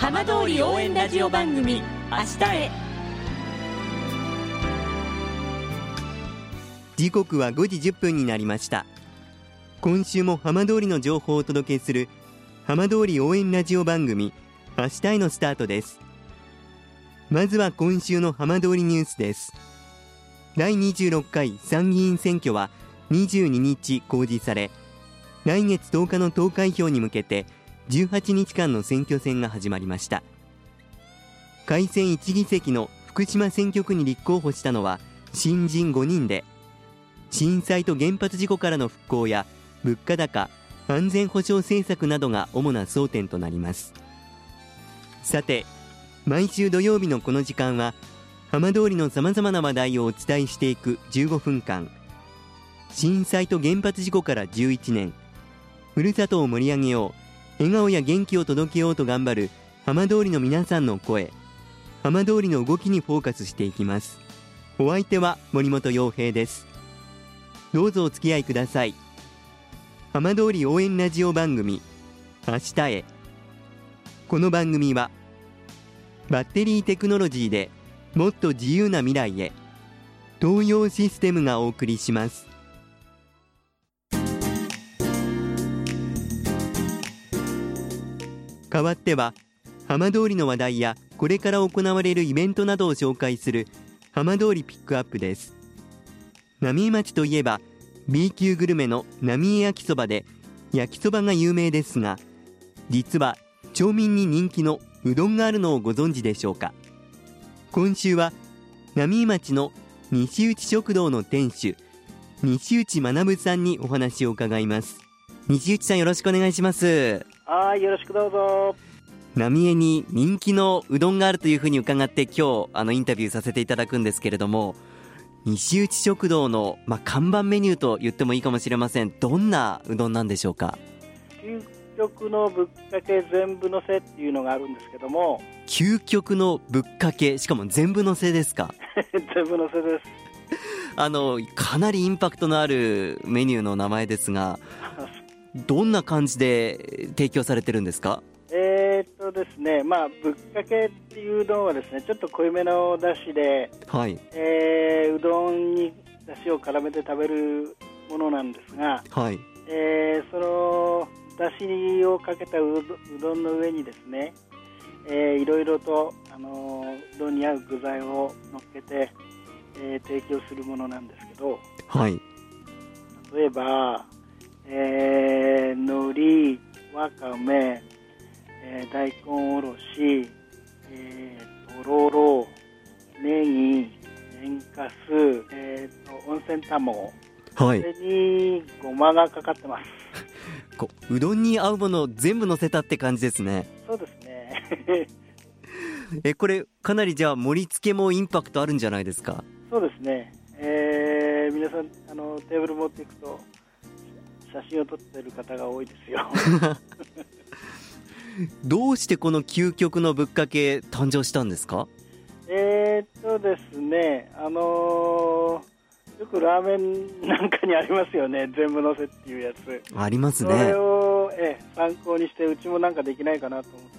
浜通り応援ラジオ番組明日へ。 時刻は5時10分になりました。今週も浜通りの情報をお届けする浜通り応援ラジオ番組明日へのスタートです。まずは今週の浜通りニュースです。第26回参議院選挙は22日公示され、来月10日の投開票に向けて18日間の選挙戦が始まりました。改選1議席の福島選挙区に立候補したのは新人5人で、震災と原発事故からの復興や物価高、安全保障政策などが主な争点となります。さて、毎週土曜日のこの時間は浜通りのさまざまな話題をお伝えしていく15分間、震災と原発事故から11年、ふるさとを盛り上げよう、笑顔や元気を届けようと頑張る浜通りの皆さんの声、浜通りの動きにフォーカスしていきます。お相手は森本洋平です。どうぞお付き合いください。浜通り応援ラジオ番組明日へ。この番組はバッテリーテクノロジーでもっと自由な未来へ、東洋システムがお送りします。代わっては浜通りの話題やこれから行われるイベントなどを紹介する浜通りピックアップです。浪江町といえば B 級グルメの浪江焼きそばで焼きそばが有名ですが、実は町民に人気のうどんがあるのをご存知でしょうか。今週は浪江町の西内食堂の店主西内学さんにお話を伺います。西内さん、よろしくお願いします。 はい、よろしくどうぞ。 浪江に人気のうどんがあるというふうに伺って今日インタビューさせていただくんですけれども、西内食堂の、看板メニューと言ってもいいかもしれません。どんなうどんなんでしょうか。 究極のぶっかけ全部のせっていうのがあるんですけども。 究極のぶっかけ、しかも全部のせですか。 全部のせです。 かなりインパクトのあるメニューの名前ですがどんな感じで提供されてるんですか。 ですね、ぶっかけっていううどんはですね、ちょっと濃いめのだしで、 はい、 うどんにだしを絡めて食べるものなんですが、 はい、 そのだしをかけたうどんの上にですね、いろいろと、うどんに合う具材を乗っけて、提供するものなんですけど、 はい、 例えば、海苔、わかめ、大根おろし、とろろ、ネギ、天かす、温泉卵、 はい、 それにごまがかかってます。 うどんに合うものを全部乗せたって感じですね。 そうですね。 これかなりじゃあ盛り付けもインパクトあるんじゃないですか。 そうですね、皆さんテーブル持っていくと写真を撮っている方が多いですよ。 どうしてこの究極のぶっかけ誕生したんですか。 ですね、よくラーメンなんかにありますよね、全部のせっていうやつ。 ありますね。 それを、参考にしてうちもなんかできないかなと思って、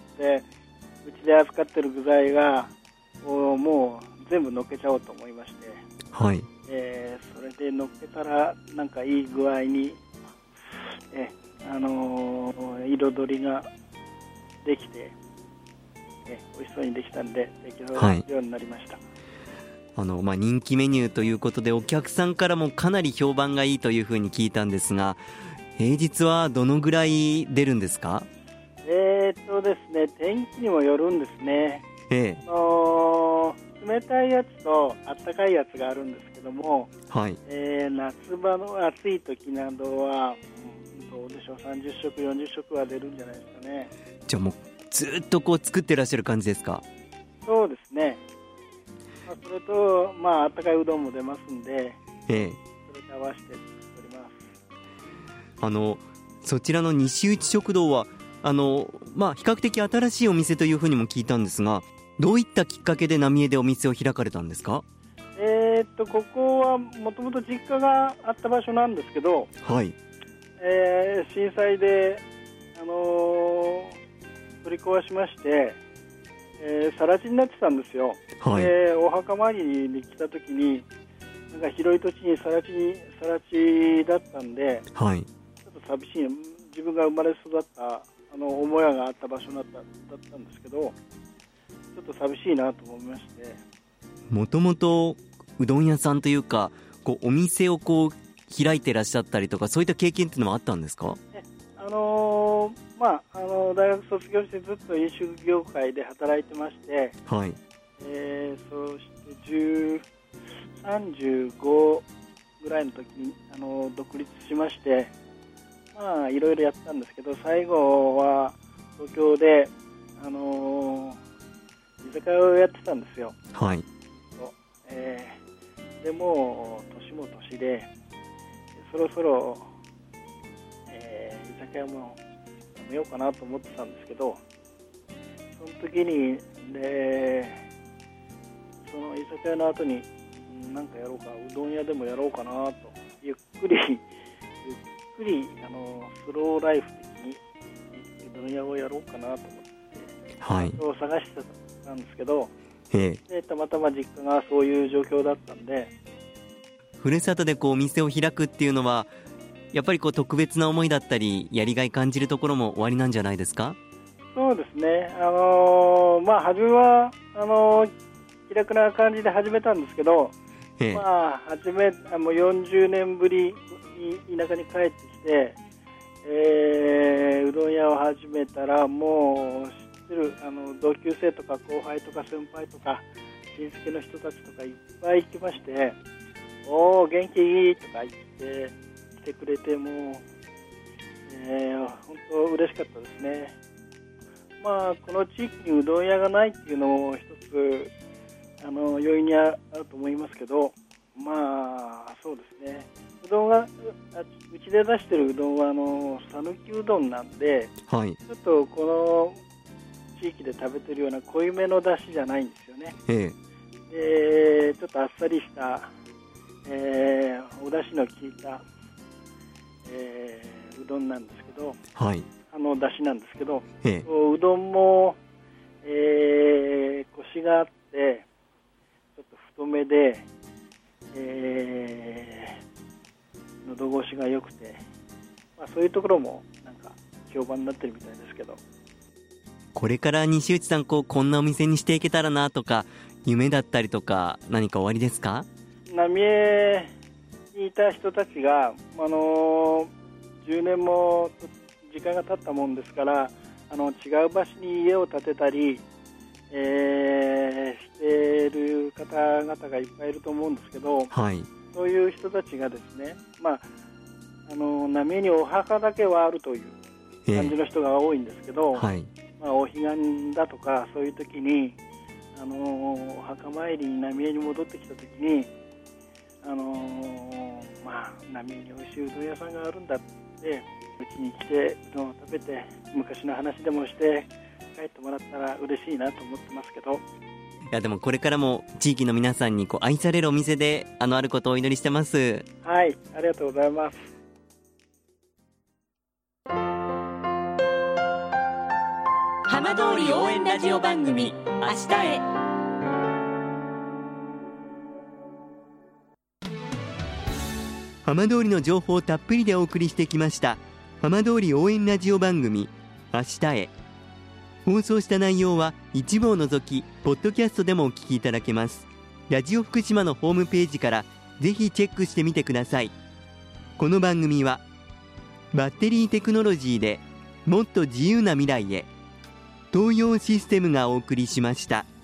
うちで扱ってる具材がもう全部乗っけちゃおうと思いまして、 はい、 それで乗っけたらなんかいい具合に、彩りができて、美味しそうにできたんで提供するようになりました。 人気メニューということでお客さんからもかなり評判がいいというふうに聞いたんですが、平日はどのぐらい出るんですか。 ですね、天気にもよるんですね。冷たいやつとあったかいやつがあるんですけども、 はい、 夏場の暑い時などは、どうでしょう、30食40食は出るんじゃないですかね。 じゃあもうずっと作ってらっしゃる感じですか。 そうですね、それと、あったかいうどんも出ますんで、それと合わせて作っております。 そちらの西内食堂は比較的新しいお店というふうにも聞いたんですが、どういったきっかけで浪江でお店を開かれたんですか。 ここはもともと実家があった場所なんですけど、 はい、 震災で、取り壊しまして、 更地になってたんですよ。 はい。 お墓参りに来た時になんか広い土地に更地だったんで、 はい。 ちょっと寂しい、自分が生まれ育った母屋があった場所だったんですけど、ちょっと寂しいなと思いまして。 もともとうどん屋さんというかお店を開いてらっしゃったりとか、そういった経験っていうのもあったんですか？ 大学卒業してずっと飲食業界で働いてまして、 はい。 そして35ぐらいの時に独立しまして、いろいろやったんですけど、最後は東京で居酒屋をやってたんですよ。 はい。 でもう年も年で、そろそろ、居酒屋もやめようかなと思ってたんですけど、その時にその居酒屋の後に何かやろうか、うどん屋でもやろうかなと、ゆっくりスローライフ的にうどん屋をやろうかなと思って、 はい。 を探してたんですけど、 でたまたま実家がそういう状況だったんで、 ふるさとでお店を開くっていうのはやっぱり特別な思いだったりやりがい感じるところもおありなんじゃないですか？ そうですね、初めは気楽な感じで始めたんですけど、もう40年ぶりに田舎に帰ってきて、うどん屋を始めたら、もう知ってる同級生とか後輩とか先輩とか親戚の人たちとかいっぱい来まして、おー元気とか言って来てくれて、もう、本当嬉しかったですね。この地域にうどん屋がないっていうのも一つ要因にあると思いますけど、そうですね、うどんはうちで出してるうどんは讃岐うどんなんで、 はい。 ちょっとこの地域で食べてるような濃いめの出汁じゃないんですよね。ちょっとあっさりした、お出汁の効いた、うどんなんですけど、 はい。 出汁なんですけど、うどんも、コシがあってちょっと太めで、喉越しが良くて、そういうところもなんか評判になってるみたいですけど、 これから西内さんこんなお店にしていけたらなとか夢だったりとか何かおありですか？ 浪江にいた人たちが、10年も時間が経ったもんですから、違う場所に家を建てたり、している方々がいっぱいいると思うんですけど、 はい。 そういう人たちがですね、浪江にお墓だけはあるという感じの人が多いんですけど、 はい。 お彼岸だとかそういう時にお墓参りに浪江に戻ってきた時に、浪江に美味しいうどん屋さんがあるんだって、うちに来てうどんを食べて昔の話でもして帰ってもらったら嬉しいなと思ってますけど。 いやでもこれからも地域の皆さんに愛されるお店であることをお祈りしてます。 はい、ありがとうございます。 浜通り応援ラジオ番組明日へ。 浜通りの情報をたっぷりでお送りしてきました浜通り応援ラジオ番組明日へ。放送した内容は一部を除きポッドキャストでもお聞きいただけます。ラジオ福島のホームページからぜひチェックしてみてください。この番組はバッテリーテクノロジーでもっと自由な未来へ、東洋システムがお送りしました。